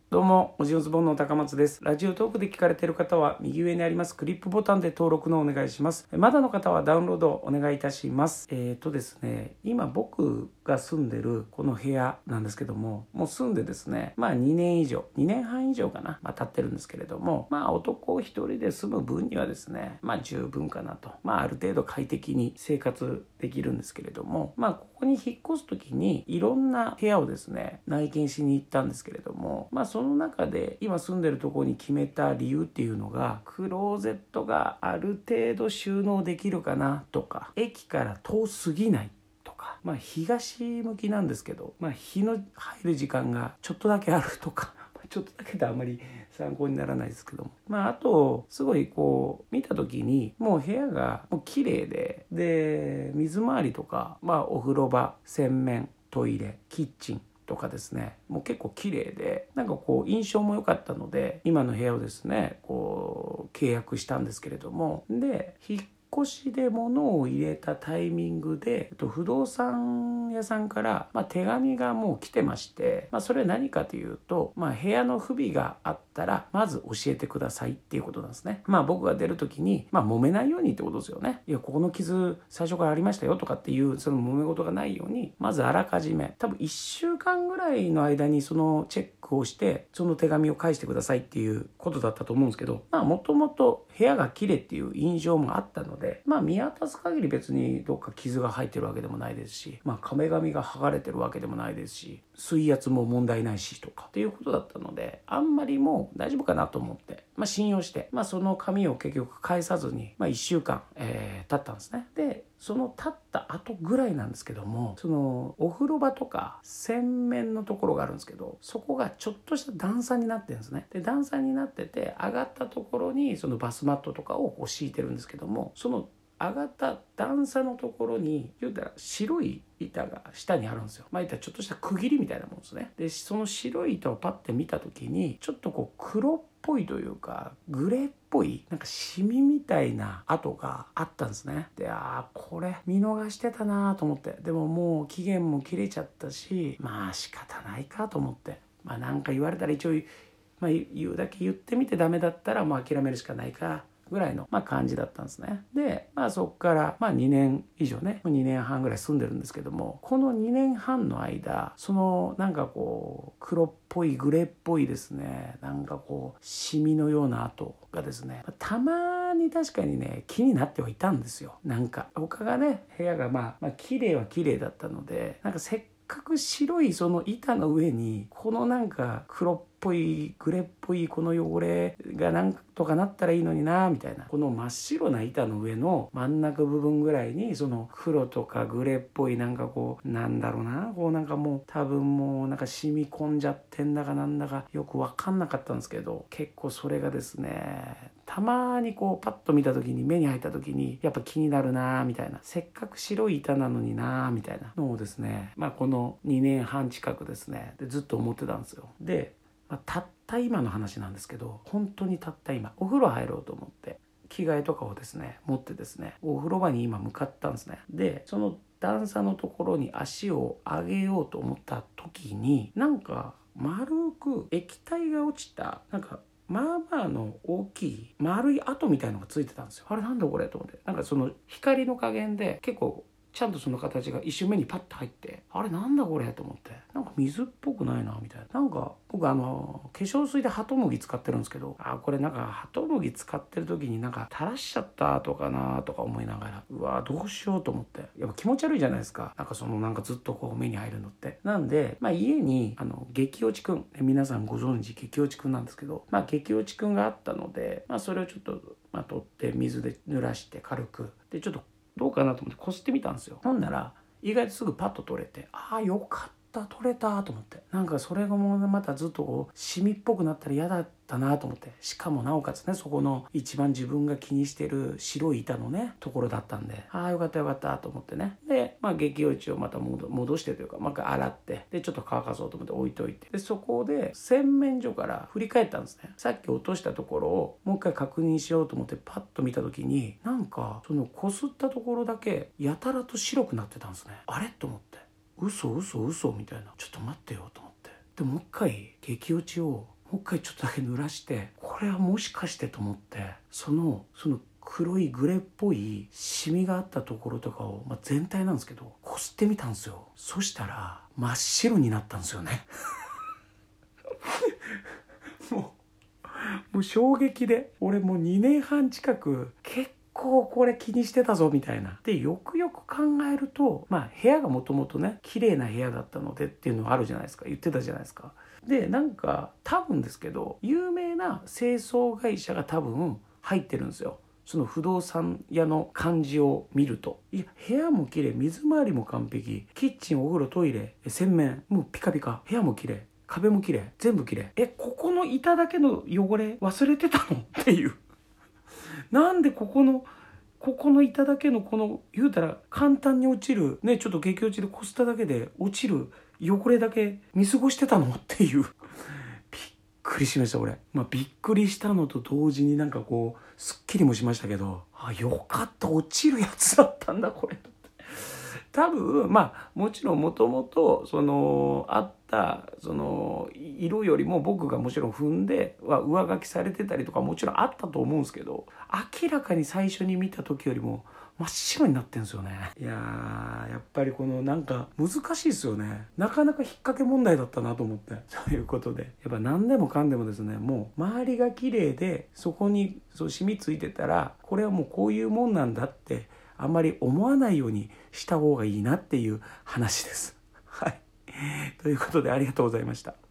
どうも、おじのズボンの高松です。ラジオトークで聞かれている方は右上にありますクリップボタンで登録のお願いします。まだの方はダウンロードお願いいたします。ですね、今僕が住んでるこの部屋なんですけども、もう住んでですね、2年半以上かな、経ってるんですけれども、男一人で住む分にはですね、十分かなと。ある程度快適に生活できるんですけれども、ここに引っ越す時にいろんな部屋をですね、内見しに行ったんですけれども、その中で今住んでるところに決めた理由っていうのが、クローゼットがある程度収納できるかなとか、駅から遠すぎないとか、東向きなんですけど、日の入る時間がちょっとだけあるとかちょっとだけであんまり参考にならないですけども、あとすごいこう見た時にもう部屋がもう綺麗で水回りとか、お風呂場、洗面、トイレ、キッチンとかですね、もう結構綺麗で、印象も良かったので今の部屋をですね契約したんですけれども、で引っ越しで物を入れたタイミングで不動産屋さんから、手紙がもう来てまして、それは何かというと、部屋の不備があったらまず教えてくださいっていうことなんですね。僕が出る時に、揉めないようにってことですよね。いや、ここの傷最初からありましたよとかっていうその揉め事がないように、まずあらかじめ多分1週間ぐらいの間にそのチェックをしてその手紙を返してくださいっていうことだったと思うんですけど、もともと部屋が綺麗っていう印象もあったので、見渡す限り別にどっか傷が入ってるわけでもないですし、壁紙が剥がれてるわけでもないですし、水圧も問題ないしとかっていうことだったので、あんまりもう大丈夫かなと思って、信用して、その紙を結局返さずに、1週間、経ったんですね。でその経った後ぐらいなんですけども、そのお風呂場とか洗面のところがあるんですけど、そこがちょっとした段差になってるんですね。で段差になってて、上がったところにそのバスマットとかを敷いてるんですけども、その上がった段差のところに言うたら白い板が下にあるんですよ。言ったらちょっとした区切りみたいなもんですね。でその白い板をパッて見た時に、ちょっとこう黒っぽいというかグレーっぽいシミみたいな跡があったんですね。でこれ見逃してたなと思って、でももう期限も切れちゃったし、仕方ないかと思って、なんか言われたら一応言うだけ言ってみてダメだったらもう諦めるしかないかぐらいの感じだったんですね。でそこから2年以上ね、2年半ぐらい住んでるんですけども、この2年半の間、その黒っぽいグレーっぽいですね、シミのような跡がですね、たまに確かにね気になってはいたんですよ。他がね部屋が綺麗は綺麗だったので、せっかく白いその板の上にこの黒っぽいグレーっぽいこの汚れがなんとかなったらいいのになみたいな、この真っ白な板の上の真ん中部分ぐらいにその黒とかグレーっぽいもう多分もう染み込んじゃってんだかなんだかよく分かんなかったんですけど、結構それがですね、たまにパッと見た時に、目に入った時にやっぱ気になるなみたいな、せっかく白い板なのになみたいなのをですね、この2年半近くですねでずっと思ってたんですよ。で、たった今の話なんですけど、本当にたった今お風呂入ろうと思って着替えとかをですね持ってですね、お風呂場に今向かったんですね。でその段差のところに足を上げようと思った時に、丸く液体が落ちたの大きい丸い跡みたいのがついてたんですよ。あれなんだこれと思って、その光の加減で結構ちゃんとその形が一瞬目にパッと入って、あれなんだこれと思って、水っぽくないなみたいな。僕化粧水でハトムギ使ってるんですけど、これハトムギ使ってる時に垂らしちゃったとかなとか思いながら、うわどうしようと思って、やっぱ気持ち悪いじゃないですか、ずっと目に入るのって。なんで家に激落ちくん、皆さんご存知激落ちくんなんですけど、激落ちくんがあったので、それをちょっと取って水で濡らして軽くでちょっとどうかなと思ってこすってみたんですよ。ほんなら意外とすぐパッと取れて、よかった取れたと思って、それがもうまたずっとシミっぽくなったら嫌だったなと思って、しかもなおかつね、そこの一番自分が気にしてる白い板のねところだったんで、よかったよかったと思ってね。で激落ちをまた戻してというか洗って、でちょっと乾かそうと思って置いといて、でそこで洗面所から振り返ったんですね。さっき落としたところをもう一回確認しようと思ってパッと見た時に、そのこすったところだけやたらと白くなってたんですね。あれと思って、嘘みたいな、ちょっと待ってよと思って、でもう一回激落ちをもう一回ちょっとだけ濡らして、これはもしかしてと思って、その黒いグレーっぽいシミがあったところとかを、全体なんですけどこすってみたんですよ。そしたら真っ白になったんですよねもう衝撃で、俺もう2年半近く結構これ気にしてたぞみたいな。でよくよく考えると、部屋がもともとね綺麗な部屋だったのでっていうのはあるじゃないですか、言ってたじゃないですか。でなんか多分ですけど有名な清掃会社が多分入ってるんですよ、その不動産屋の感じを見ると。いや部屋も綺麗、水回りも完璧、キッチンお風呂トイレ洗面もうピカピカ、部屋も綺麗、壁も綺麗、全部綺麗。ここの板だけの汚れ忘れてたのっていうなんでここの板だけのこの言うたら簡単に落ちるね、ちょっと激落ちでこすっただけで落ちる汚れだけ見過ごしてたのっていうびっくりしました俺。びっくりしたのと同時になんかこうすっきりもしましたけど、よかった、落ちるやつだったんだこれ。多分もちろんもともとあった色よりも僕がもちろん踏んでは上書きされてたりとかもちろんあったと思うんですけど、明らかに最初に見た時よりも真っ白になってんですよね。いやーやっぱりなんか難しいですよね。なかなか引っ掛け問題だったなと思って。ということでやっぱ何でもかんでもですね、もう周りが綺麗でそこに染みついてたらこれはもうこういうもんなんだってあんまり思わないようにした方がいいなっていう話です。はい。ということでありがとうございました。